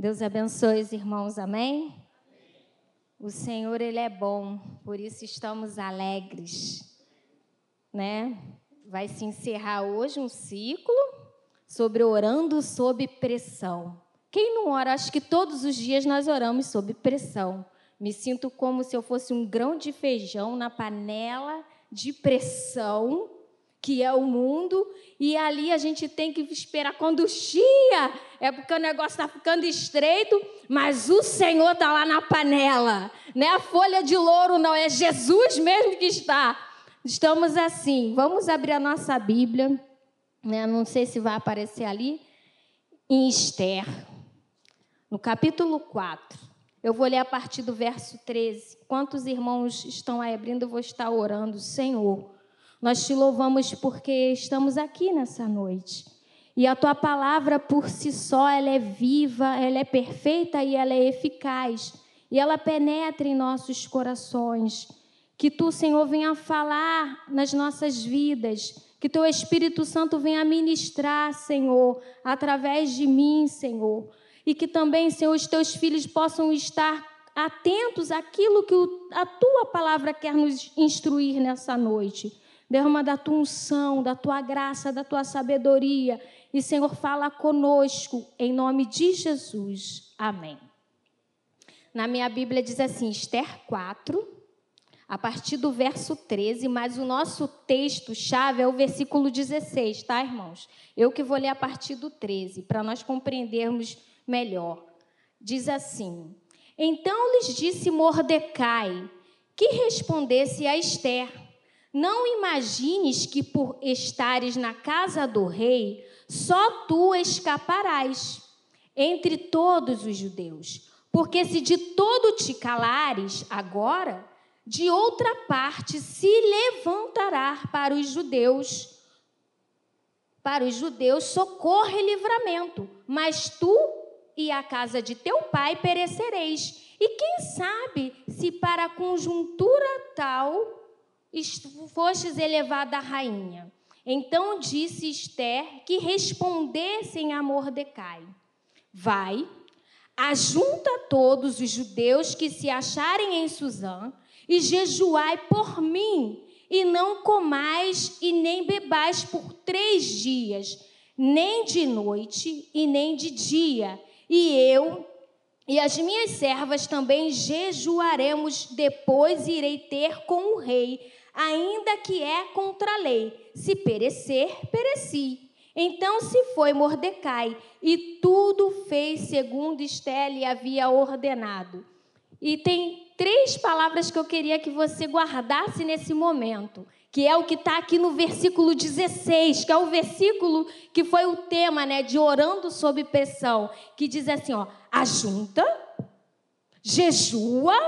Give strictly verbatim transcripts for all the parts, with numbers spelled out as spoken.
Deus abençoe os irmãos, amém? O Senhor, Ele é bom, por isso estamos alegres, né? Vai se encerrar hoje um ciclo sobre orando sob pressão. Quem não ora? Acho que todos os dias nós oramos sob pressão. Me sinto como se eu fosse um grão de feijão na panela de pressão, que é o mundo, e ali a gente tem que esperar quando chia, é porque o negócio está ficando estreito, mas o Senhor está lá na panela, não é a folha de louro não, é Jesus mesmo que está. Estamos assim, vamos abrir a nossa Bíblia, né? Não sei se vai aparecer ali, em Esther, no capítulo quatro, eu vou ler a partir do verso treze, quantos irmãos estão aí abrindo, eu vou estar orando, Senhor, nós te louvamos porque estamos aqui nessa noite. E a tua palavra por si só, ela é viva, ela é perfeita e ela é eficaz. E ela penetra em nossos corações. Que tu, Senhor, venha falar nas nossas vidas. Que teu Espírito Santo venha ministrar, Senhor, através de mim, Senhor. E que também, Senhor, os teus filhos possam estar atentos àquilo que a tua palavra quer nos instruir nessa noite. Derrama da tua unção, da tua graça, da tua sabedoria. E, Senhor, fala conosco, em nome de Jesus. Amém. Na minha Bíblia diz assim, Esther quatro, a partir do verso treze, mas o nosso texto-chave é o versículo dezesseis, tá, irmãos? Eu que vou ler a partir do treze, para nós compreendermos melhor. Diz assim, então lhes disse Mordecai, que respondesse a Esther, não imagines que por estares na casa do rei, só tu escaparás entre todos os judeus. Porque se de todo te calares agora, de outra parte se levantará para os judeus, para os judeus socorro e livramento, mas tu e a casa de teu pai perecereis. E quem sabe se para a conjuntura tal fostes elevada a rainha. Então disse Esther que respondessem a Mordecai, vai, ajunta todos os judeus que se acharem em Suzã e jejuai por mim, e não comais e nem bebais por três dias, nem de noite e nem de dia, e eu e as minhas servas também jejuaremos, depois irei ter com o rei, ainda que é contra a lei, se perecer, pereci. Então se foi Mordecai, e tudo fez segundo Esther lhe havia ordenado. E tem três palavras que eu queria que você guardasse nesse momento, que é o que está aqui no versículo dezesseis, que é o versículo que foi o tema, né, de orando sob pressão, que diz assim, ó, ajunta, jejua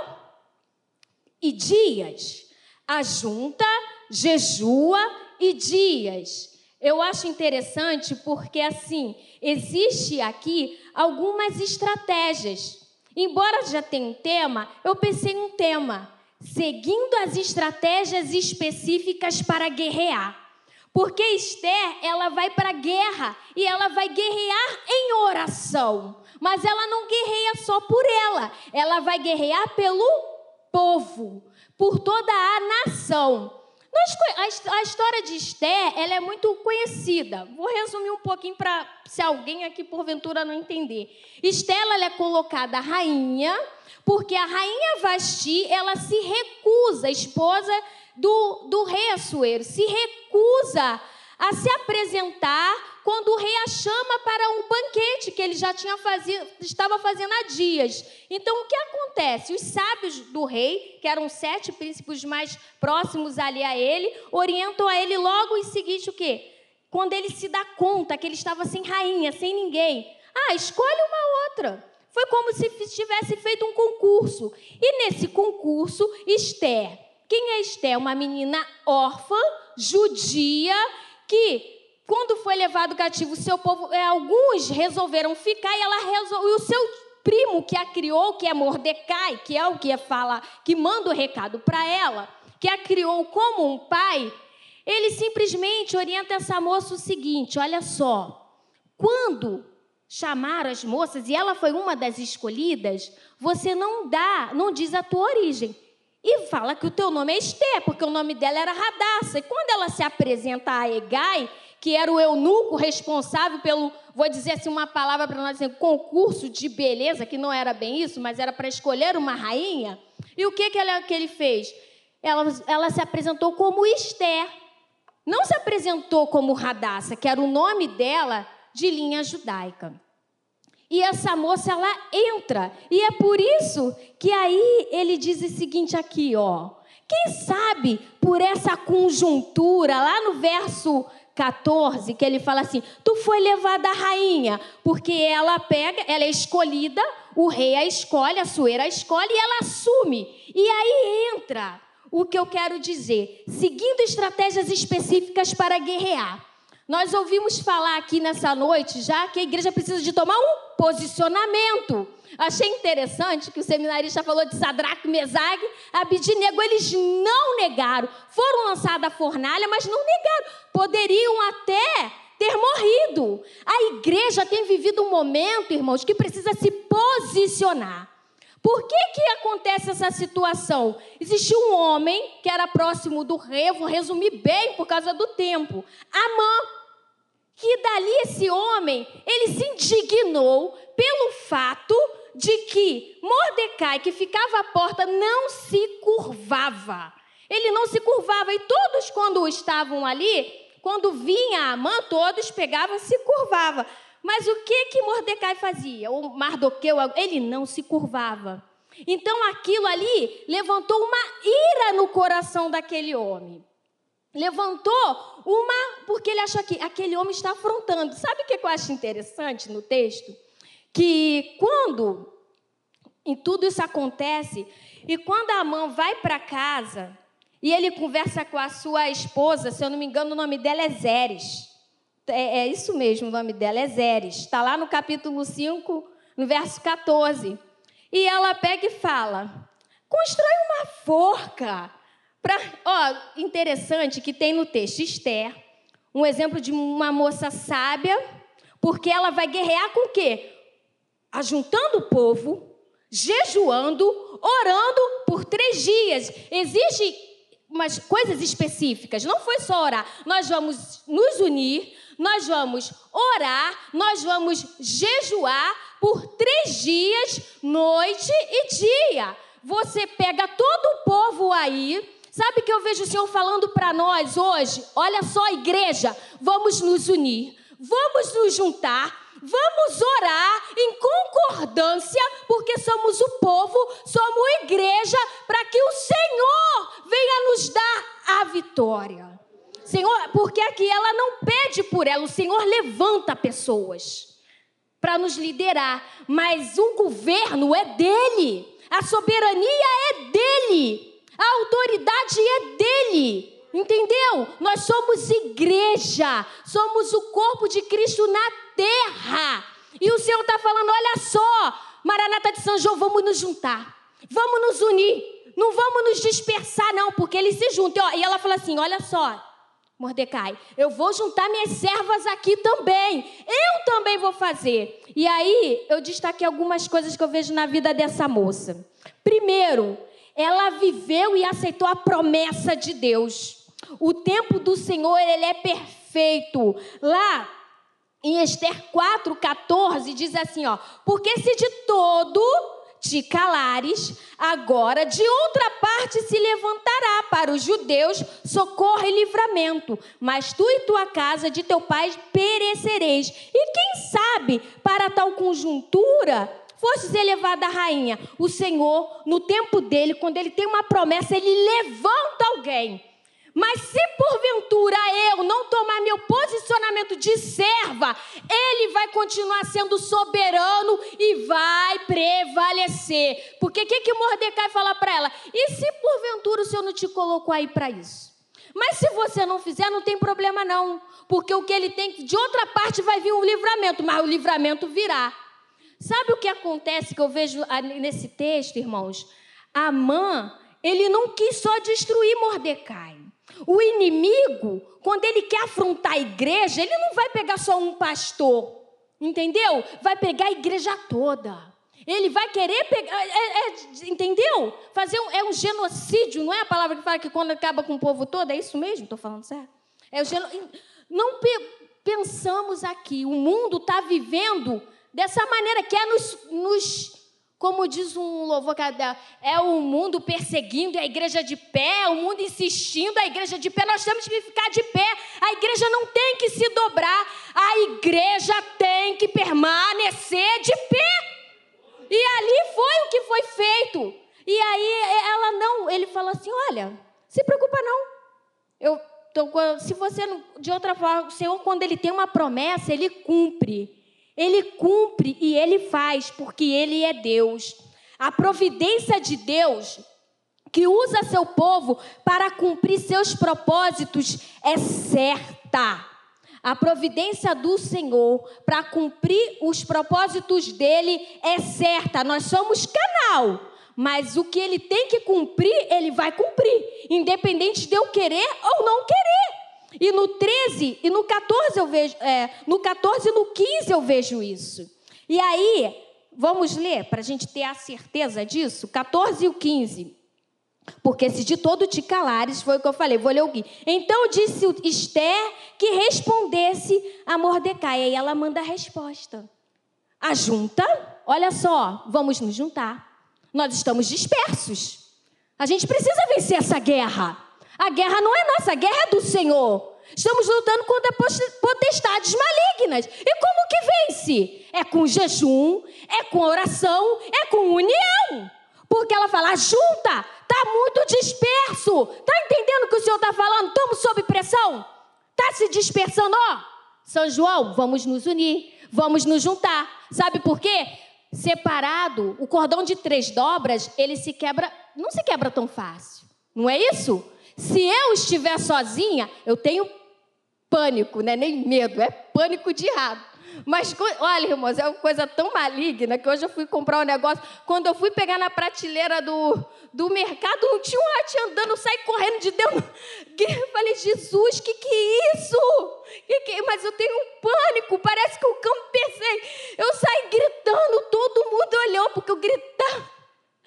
e dias. Ajunta, jejua e dias. Eu acho interessante porque, assim, existe aqui algumas estratégias. Embora já tenha um tema, eu pensei em um tema, seguindo as estratégias específicas para guerrear. Porque Esther, ela vai para a guerra e ela vai guerrear em oração. Mas ela não guerreia só por ela, ela vai guerrear pelo povo, por toda a nação. Nós, a, a história de Esther, ela é muito conhecida. Vou resumir um pouquinho para se alguém aqui porventura não entender. Esther, ela é colocada rainha, porque a rainha Vasti, ela se recusa, esposa do, do rei Assuero, se recusa a se apresentar quando o rei a chama para um banquete que ele já tinha fazido, estava fazendo há dias. Então, o que acontece? Os sábios do rei, que eram sete príncipes mais próximos ali a ele, orientam a ele logo em seguinte o quê? Quando ele se dá conta que ele estava sem rainha, sem ninguém. Ah, escolhe uma outra. Foi como se tivesse feito um concurso. E nesse concurso, Esther. Quem é Esther? Uma menina órfã, judia, que quando foi levado cativo o seu povo, alguns resolveram ficar e ela resolveu, e o seu primo que a criou, que é Mordecai, que é o que fala, que manda o recado para ela, que a criou como um pai, ele simplesmente orienta essa moça o seguinte, olha só, quando chamaram as moças e ela foi uma das escolhidas, você não dá, não diz a tua origem. E fala que o teu nome é Esther, porque o nome dela era Radassa. E quando ela se apresenta a Hegai, que era o eunuco responsável pelo, vou dizer assim uma palavra para nós, assim, concurso de beleza, que não era bem isso, mas era para escolher uma rainha. E o que, que, ela, que ele fez? Ela, ela se apresentou como Esther. Não se apresentou como Radassa, que era o nome dela de linha judaica. E essa moça, ela entra. E é por isso que aí ele diz o seguinte aqui, ó. Quem sabe por essa conjuntura, lá no verso catorze, que ele fala assim, tu foi levada à rainha, porque ela pega, ela é escolhida, o rei a escolhe, a sueira a escolhe e ela assume. E aí entra o que eu quero dizer, seguindo estratégias específicas para guerrear. Nós ouvimos falar aqui nessa noite já que a igreja precisa de tomar um posicionamento. Achei interessante que o seminarista falou de Sadraque, Mesaque, Abidnego. Eles não negaram. Foram lançados à fornalha, mas não negaram. Poderiam até ter morrido. A igreja tem vivido um momento, irmãos, que precisa se posicionar. Por que que acontece essa situação? Existia um homem que era próximo do rei, vou resumir bem por causa do tempo, Amã, que dali esse homem, ele se indignou pelo fato de que Mordecai, que ficava à porta, não se curvava. Ele não se curvava e todos quando estavam ali, quando vinha Amã, todos pegavam e se curvavam. Mas o que que Mordecai fazia? O Mardoqueu, ele não se curvava. Então aquilo ali levantou uma ira no coração daquele homem. Levantou uma, porque ele achou que aquele homem está afrontando. Sabe o que eu acho interessante no texto? Que quando em tudo isso acontece, e quando Amã vai para casa, e ele conversa com a sua esposa, se eu não me engano o nome dela é Zeres. É, é isso mesmo, o nome dela é Zeres. Está lá no capítulo cinco, no verso catorze. E ela pega e fala, constrói uma forca. Pra, ó, interessante que tem no texto Esther, um exemplo de uma moça sábia, porque ela vai guerrear com o quê? Ajuntando o povo, jejuando, orando por três dias. Existem umas coisas específicas, não foi só orar. Nós vamos nos unir, nós vamos orar, nós vamos jejuar por três dias, noite e dia. Você pega todo o povo aí. Sabe que eu vejo o Senhor falando para nós hoje? Olha só, igreja, vamos nos unir, vamos nos juntar, vamos orar em concordância, porque somos o povo, somos igreja, para que o Senhor venha nos dar a vitória. Senhor, porque aqui ela não pede por ela, o Senhor levanta pessoas para nos liderar, mas o governo é dele, a soberania é dele. A autoridade é dele, entendeu? Nós somos igreja, somos o corpo de Cristo na terra. E o Senhor está falando, olha só, Maranata de São João, vamos nos juntar, vamos nos unir, não vamos nos dispersar não, porque eles se juntam. E ela fala assim, olha só, Mordecai, eu vou juntar minhas servas aqui também, eu também vou fazer. E aí, eu destaquei algumas coisas que eu vejo na vida dessa moça. Primeiro, ela viveu e aceitou a promessa de Deus. O tempo do Senhor, ele é perfeito. Lá em Esther quatro, catorze, diz assim, ó, porque se de todo te calares, agora de outra parte se levantará para os judeus socorro e livramento, mas tu e tua casa de teu pai perecereis. E quem sabe, para tal conjuntura, fosse elevada a rainha. O Senhor, no tempo dele, quando ele tem uma promessa, ele levanta alguém. Mas se porventura eu não tomar meu posicionamento de serva, ele vai continuar sendo soberano e vai prevalecer. Porque o que, que Mordecai fala para ela? E se porventura o Senhor não te colocou aí para isso? Mas se você não fizer, não tem problema não. Porque o que ele tem, de outra parte vai vir um livramento, mas o livramento virá. Sabe o que acontece que eu vejo nesse texto, irmãos? Amã, ele não quis só destruir Mordecai. O inimigo, quando ele quer afrontar a igreja, ele não vai pegar só um pastor. entendeu? Vai pegar a igreja toda. Ele vai querer pegar, é, é, entendeu? Fazer um, é um genocídio, não é a palavra que fala que quando acaba com o povo todo? É isso mesmo? Estou falando certo? É o geno... Não pe... pensamos aqui, o mundo está vivendo dessa maneira, que é nos, nos... Como diz um louvor, é o mundo perseguindo a igreja de pé, o mundo insistindo a igreja de pé. Nós temos que ficar de pé. A igreja não tem que se dobrar. A igreja tem que permanecer de pé. E ali foi o que foi feito. E aí ela não, ele falou assim, olha, se preocupa não. Eu tô, se você, não, de outra forma, o Senhor, quando Ele tem uma promessa, Ele cumpre. Ele cumpre e Ele faz, porque Ele é Deus. A providência de Deus, que usa seu povo para cumprir seus propósitos, é certa. A providência do Senhor para cumprir os propósitos dele é certa. Nós somos canal, mas o que ele tem que cumprir, ele vai cumprir, independente de eu querer ou não querer. E no treze e no catorze eu vejo, é, no catorze e no quinze eu vejo isso. E aí, vamos ler para a gente ter a certeza disso? catorze e o quinze. Porque se de todo te calares, foi o que eu falei, vou ler o quinze. Então disse Esther que respondesse a Mordecai. E aí ela manda a resposta. Ajunta, olha só, vamos nos juntar. Nós estamos dispersos. A gente precisa vencer essa guerra. A guerra não é nossa, a guerra é do Senhor. Estamos lutando contra potestades malignas. E como que vence? É com jejum, é com oração, é com união. Porque ela fala, junta, está muito disperso. Está entendendo o que o Senhor está falando? Estamos sob pressão? Está se dispersando? Ó, São João, vamos nos unir, vamos nos juntar. Sabe por quê? Separado, o cordão de três dobras, ele se quebra, não se quebra tão fácil. Não é isso? Se eu estiver sozinha, eu tenho pânico, não é nem medo, é pânico de rabo. Mas, olha, irmãos, é uma coisa tão maligna que hoje eu fui comprar um negócio. Quando eu fui pegar na prateleira do, do mercado, não tinha um ratinho andando, eu saí correndo de Deus. Eu falei, Jesus, que que é isso? Que que... Mas eu tenho um pânico, parece que o cão me persegue. Eu saí gritando, todo mundo olhou, porque eu gritava.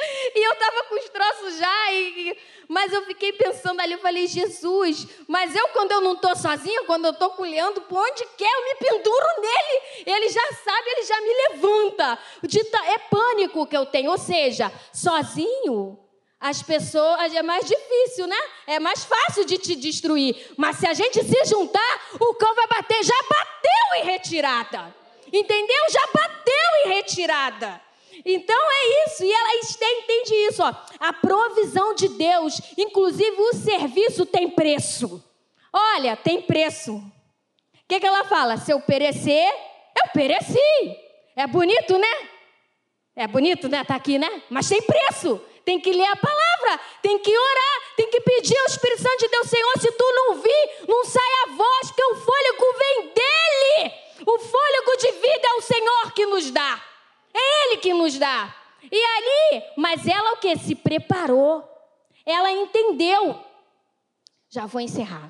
E eu estava com os troços já, e, mas eu fiquei pensando ali, eu falei, Jesus, mas eu quando eu não estou sozinha, quando eu estou com o Leandro, por onde quer, eu me penduro nele, ele já sabe, ele já me levanta, é pânico que eu tenho, ou seja, sozinho, as pessoas, é mais difícil, né? É mais fácil de te destruir, mas se a gente se juntar, o cão vai bater, já bateu em retirada, entendeu? Já bateu em retirada. Então é isso, e ela entende isso, ó. A provisão de Deus, inclusive o serviço tem preço. Olha, tem preço. O que, que ela fala? Se eu perecer, eu pereci. É bonito, né? É bonito, né? Tá aqui, né? Mas tem preço. Tem que ler a palavra, tem que orar, tem que pedir ao Espírito Santo de Deus, Senhor, se tu não vir, não sai a voz, porque o fôlego vem dele. O fôlego de vida é o Senhor que nos dá. É Ele que nos dá. E ali, mas ela o que? Se preparou. Ela entendeu. Já vou encerrar.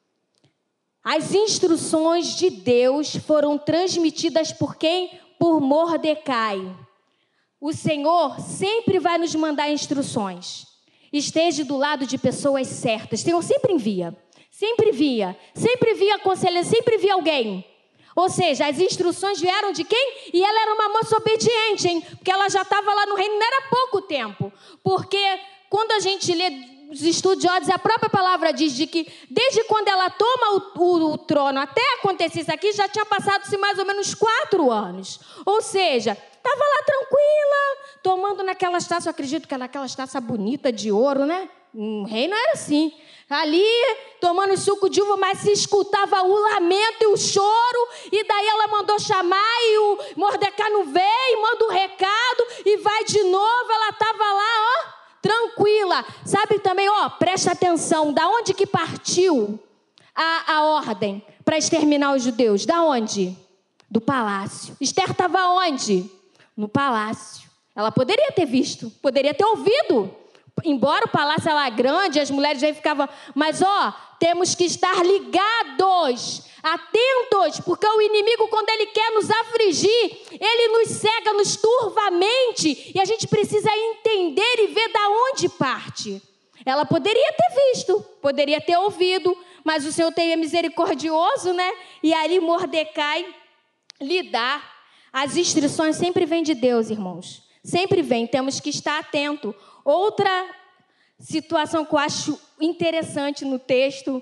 As instruções de Deus foram transmitidas por quem? Por Mordecai. O Senhor sempre vai nos mandar instruções. Esteja do lado de pessoas certas. O Senhor sempre envia. Sempre via. Sempre via aconselhando, sempre via alguém. Ou seja, as instruções vieram de quem? E ela era uma moça obediente, hein? Porque ela já estava lá no reino, não era pouco tempo. Porque quando a gente lê os estudiosos, a própria palavra diz de que desde quando ela toma o, o, o trono até acontecer isso aqui, já tinha passado-se mais ou menos quatro anos. Ou seja, estava lá tranquila, tomando naquelas taças, eu acredito que era aquelas taças bonitas de ouro, né? O reino era assim. Ali, tomando suco de uva, mas se escutava o lamento e o choro, e daí ela mandou chamar, e o Mordecai não veio, manda um recado, e vai de novo, ela estava lá, ó, tranquila. Sabe também, ó, presta atenção, da onde que partiu a, a ordem para exterminar os judeus? Da onde? Do palácio. Esther estava onde? No palácio. Ela poderia ter visto, poderia ter ouvido. embora o palácio era grande, as mulheres já ficavam, mas ó, temos que estar ligados, atentos, porque o inimigo, quando ele quer nos afligir, ele nos cega, nos turva a mente, e a gente precisa entender e ver da onde parte. Ela poderia ter visto, poderia ter ouvido, mas o Senhor tem é misericordioso, né? E ali Mordecai lhe dá. As instruções sempre vêm de Deus, irmãos. Sempre vem, temos que estar atento. Outra situação que eu acho interessante no texto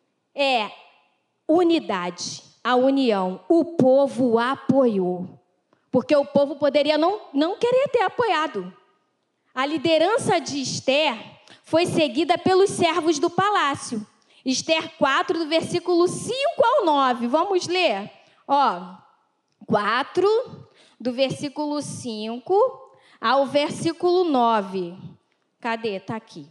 é unidade, a união. O povo apoiou, porque o povo poderia não, não querer ter apoiado. A liderança de Esther foi seguida pelos servos do palácio. Esther quatro, do versículo cinco ao nove. Vamos ler? Ó, quatro, do versículo cinco ao versículo nove. Cadê? Está aqui.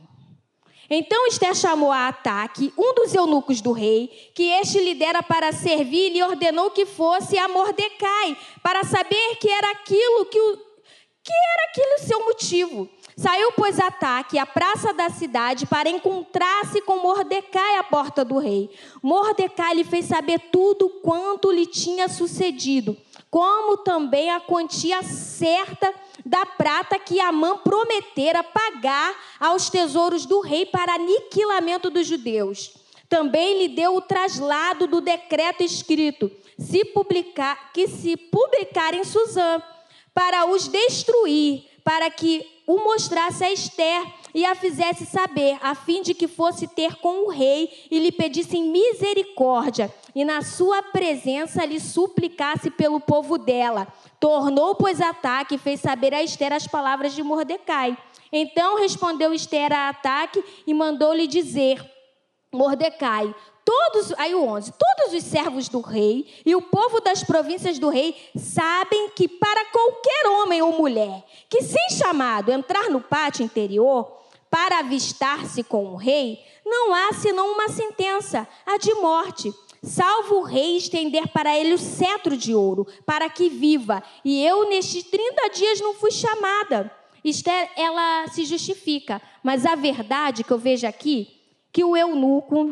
Então Esther chamou a Ataque, um dos eunucos do rei, que este lidera para servir, e lhe ordenou que fosse a Mordecai, para saber que era aquilo que o que era aquele o seu motivo. Saiu, pois, Ataque à praça da cidade para encontrar-se com Mordecai à porta do rei. Mordecai lhe fez saber tudo quanto lhe tinha sucedido, como também a quantia certa da prata que Amã prometera pagar aos tesouros do rei para aniquilamento dos judeus. Também lhe deu o traslado do decreto escrito, se publicar, que se publicar em Suzã, para os destruir, para que o mostrasse a Esther e a fizesse saber, a fim de que fosse ter com o rei e lhe pedissem misericórdia, e na sua presença lhe suplicasse pelo povo dela. Tornou, pois, Ataque e fez saber a Esther as palavras de Mordecai. Então respondeu Esther a Ataque e mandou-lhe dizer, Mordecai, todos, aí o onze, todos os servos do rei e o povo das províncias do rei sabem que para qualquer homem ou mulher que, sem chamado, entrar no pátio interior para avistar-se com o rei, não há senão uma sentença, a de morte, salvo o rei estender para ele o cetro de ouro, para que viva. E eu, nestes trinta dias, não fui chamada. Esther, ela se justifica, mas a verdade que eu vejo aqui, que o eunuco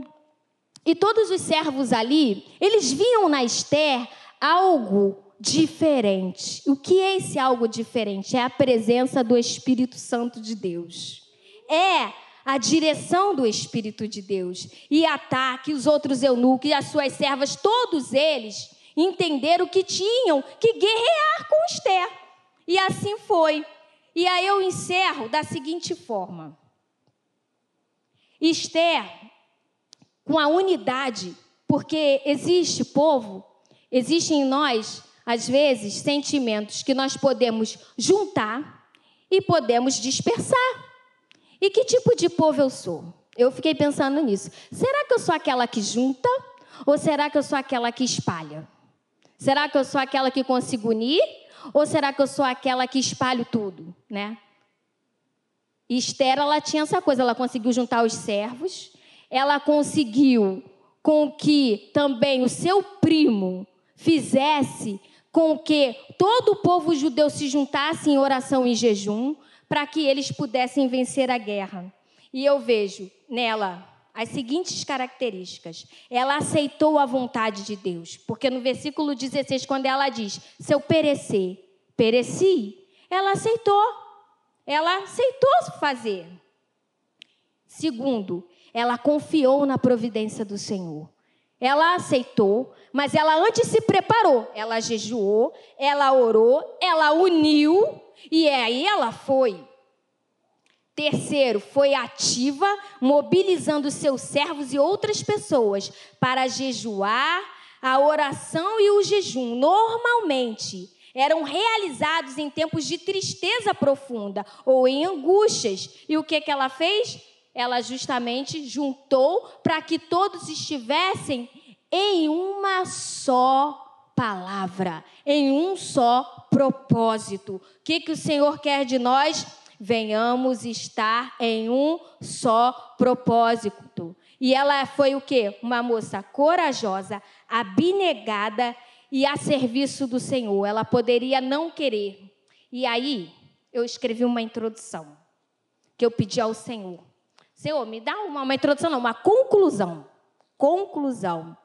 e todos os servos ali, eles viam na Esther algo diferente. O que é esse algo diferente? É a presença do Espírito Santo de Deus. É a direção do Espírito de Deus. E Ataque, os outros eunucos e as suas servas, todos eles entenderam que tinham que guerrear com Esther. E assim foi. E aí eu encerro da seguinte forma. Esther, com a unidade, porque existe povo, existe em nós, às vezes, sentimentos que nós podemos juntar e podemos dispersar. E que tipo de povo eu sou? Eu fiquei pensando nisso. Será que eu sou aquela que junta ou será que eu sou aquela que espalha? Será que eu sou aquela que consigo unir ou será que eu sou aquela que espalho tudo, né? Esther, ela tinha essa coisa, ela conseguiu juntar os servos, ela conseguiu com que também o seu primo fizesse com que todo o povo judeu se juntasse em oração e jejum para que eles pudessem vencer a guerra. E eu vejo nela as seguintes características. Ela aceitou a vontade de Deus, porque no versículo dezesseis, quando ela diz, se eu perecer, pereci, ela aceitou. Ela aceitou fazer. Segundo, ela confiou na providência do Senhor. Ela aceitou, mas ela antes se preparou. Ela jejuou, ela orou, ela uniu e aí ela foi. Terceiro, foi ativa, mobilizando seus servos e outras pessoas para jejuar, a oração e o jejum. Normalmente, eram realizados em tempos de tristeza profunda ou em angústias. E o que, que ela fez? Ela justamente juntou para que todos estivessem em uma só palavra, em um só propósito. O que, que o Senhor quer de nós? Venhamos estar em um só propósito. E ela foi o quê? Uma moça corajosa, abnegada e a serviço do Senhor. Ela poderia não querer. E aí, eu escrevi uma introdução. que eu pedi ao Senhor. Senhor, me dá uma, uma introdução, não, uma conclusão. Conclusão.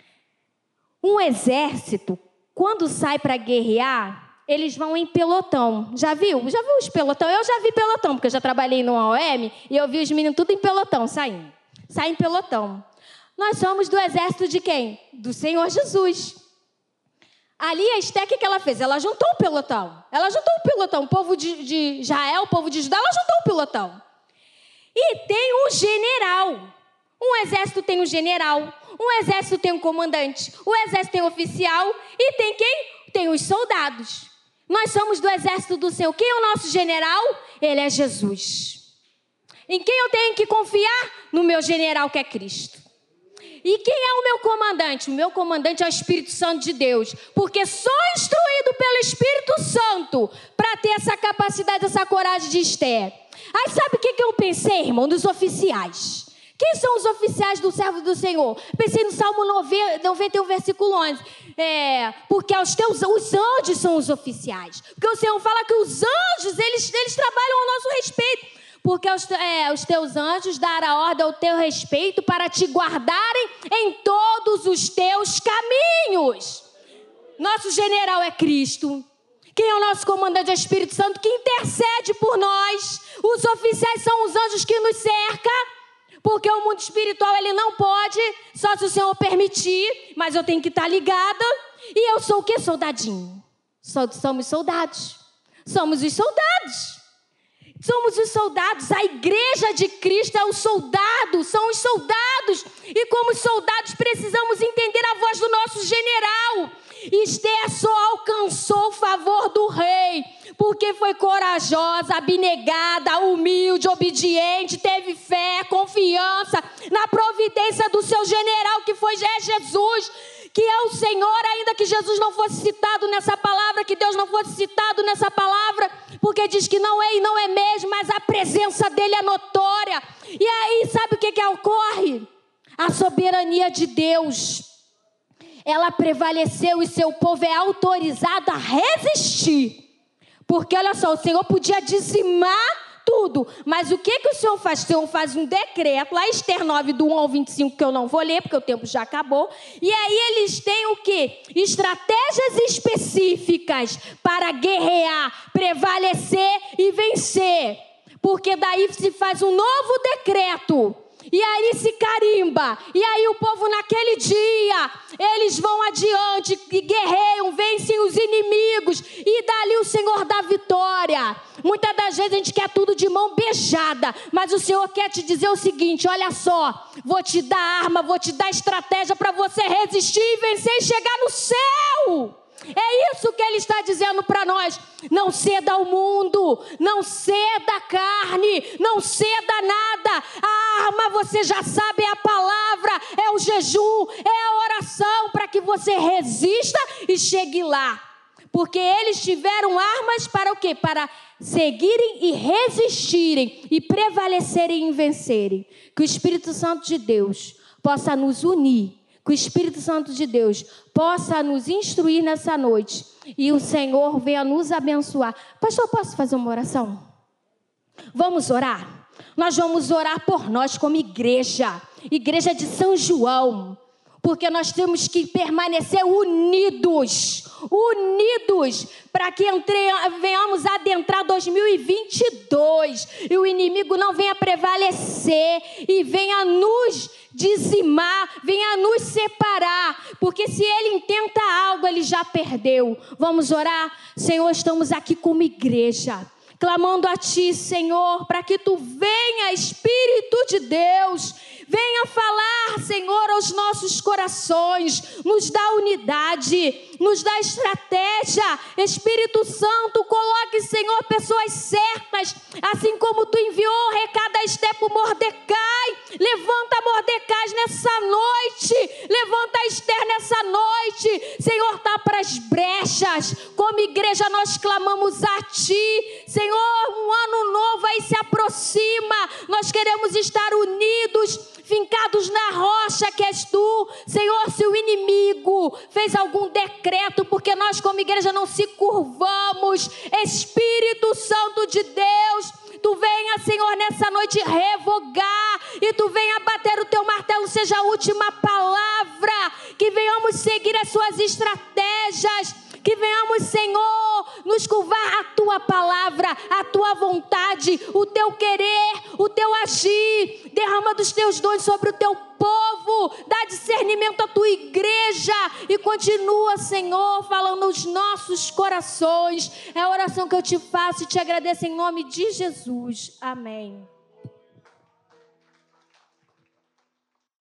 Um exército, quando sai para guerrear, eles vão em pelotão. Já viu? Já viu os pelotão? Eu já vi pelotão, porque eu já trabalhei no A O M e eu vi os meninos tudo em pelotão, saindo. Saem em pelotão. Nós somos do exército de quem? Do Senhor Jesus. Ali a Esté, o que ela fez? Ela juntou o pelotão. Ela juntou o pelotão. O povo de, de Israel, o povo de Judá, ela juntou o pelotão. E tem um general. Um exército tem um general. Um exército tem um comandante. Um exército tem um oficial. E tem quem? Tem os soldados. Nós somos do exército do Senhor. Quem é o nosso general? Ele é Jesus. Em quem eu tenho que confiar? No meu general, que é Cristo. E quem é o meu comandante? O meu comandante é o Espírito Santo de Deus. Porque sou instruído pelo Espírito Santo para ter essa capacidade, essa coragem de Esté. Aí sabe o que eu pensei, irmão? Dos oficiais. Quem são os oficiais do servo do Senhor? Pensei no Salmo noventa e um, versículo onze. É, porque os, teus, os anjos são os oficiais. Porque o Senhor fala que os anjos, eles, eles trabalham ao nosso respeito. Porque os, é, os teus anjos darão ordem ao teu respeito para te guardarem em todos os teus caminhos. Nosso general é Cristo. Quem é o nosso comandante? É o Espírito Santo, que intercede por nós. Os oficiais são os anjos que nos cercam. Porque o mundo espiritual, ele não pode, só se o Senhor permitir, mas eu tenho que estar ligada. E eu sou o quê? Soldadinho. Somos soldados. Somos os soldados. Somos os soldados. A igreja de Cristo é o soldado, são os soldados. E como soldados precisamos entender a voz do nosso general. Esté só alcançou o favor do rei, porque foi corajosa, abnegada, humilde, obediente, teve fé, confiança na providência do seu general, que foi Jesus, que é o Senhor, ainda que Jesus não fosse citado nessa palavra, que Deus não fosse citado nessa palavra, porque diz que não é e não é mesmo, mas a presença dele é notória. E aí, sabe o que que ocorre? A soberania de Deus, ela prevaleceu e seu povo é autorizado a resistir. Porque, olha só, o Senhor podia dizimar tudo, mas o que que o Senhor faz? O Senhor faz um decreto, lá Ester nove, do um ao vinte e cinco, que eu não vou ler, porque o tempo já acabou, e aí eles têm o quê? Estratégias específicas para guerrear, prevalecer e vencer, porque daí se faz um novo decreto, e aí se carimba, e aí o povo naquele dia, eles vão adiante e guerreiam, vencem os inimigos, e dali o Senhor dá vitória. Muitas das vezes a gente quer tudo de mão beijada, mas o Senhor quer te dizer o seguinte: olha só, vou te dar arma, vou te dar estratégia para você resistir e vencer e chegar no céu. É isso que ele está dizendo para nós. Não ceda ao mundo, não ceda à carne, não ceda a nada. A arma você já sabe, é a palavra, é o jejum, é a oração, para que você resista e chegue lá. Porque eles tiveram armas para o quê? Para seguirem e resistirem e prevalecerem e vencerem. Que o Espírito Santo de Deus possa nos unir. Que o Espírito Santo de Deus possa nos instruir nessa noite. E o Senhor venha nos abençoar. Pastor, posso fazer uma oração? Vamos orar? Nós vamos orar por nós como igreja. Igreja de São João. Porque nós temos que permanecer unidos. Unidos. Para que entre, venhamos adentrar dois mil e vinte e dois. E o inimigo não venha prevalecer. E venha nos dizimar, venha nos separar, porque se ele intenta algo, ele já perdeu. Vamos orar? Senhor, estamos aqui como igreja, clamando a Ti, Senhor, para que Tu venha, Espírito de Deus, venha falar, Senhor, aos nossos corações, nos dá unidade, nos dá estratégia. Espírito Santo, coloque, Senhor, pessoas certas, assim como Tu enviou o recado a Esté para Mordecai. Levanta Mordecai nessa noite, levanta a Ester nessa noite, Senhor, tapa as brechas. Como igreja nós clamamos a Ti, Senhor, um ano novo aí se aproxima, nós queremos estar unidos, fincados na rocha que és Tu. Senhor, se o inimigo fez algum decreto, porque nós como igreja não se curvamos, Espírito Santo de Deus, Tu venha, Senhor, nessa noite revogar e tu venha bater o teu martelo, seja a última palavra, que venhamos seguir as suas estratégias, que venhamos, Senhor, nos curvar a tua palavra, a tua vontade, o teu querer, o teu agir. Derrama dos teus dons sobre o teu povo, dá discernimento à tua igreja e continua, Senhor, falando aos nossos corações. É a oração que eu te faço e te agradeço em nome de Jesus. Amém.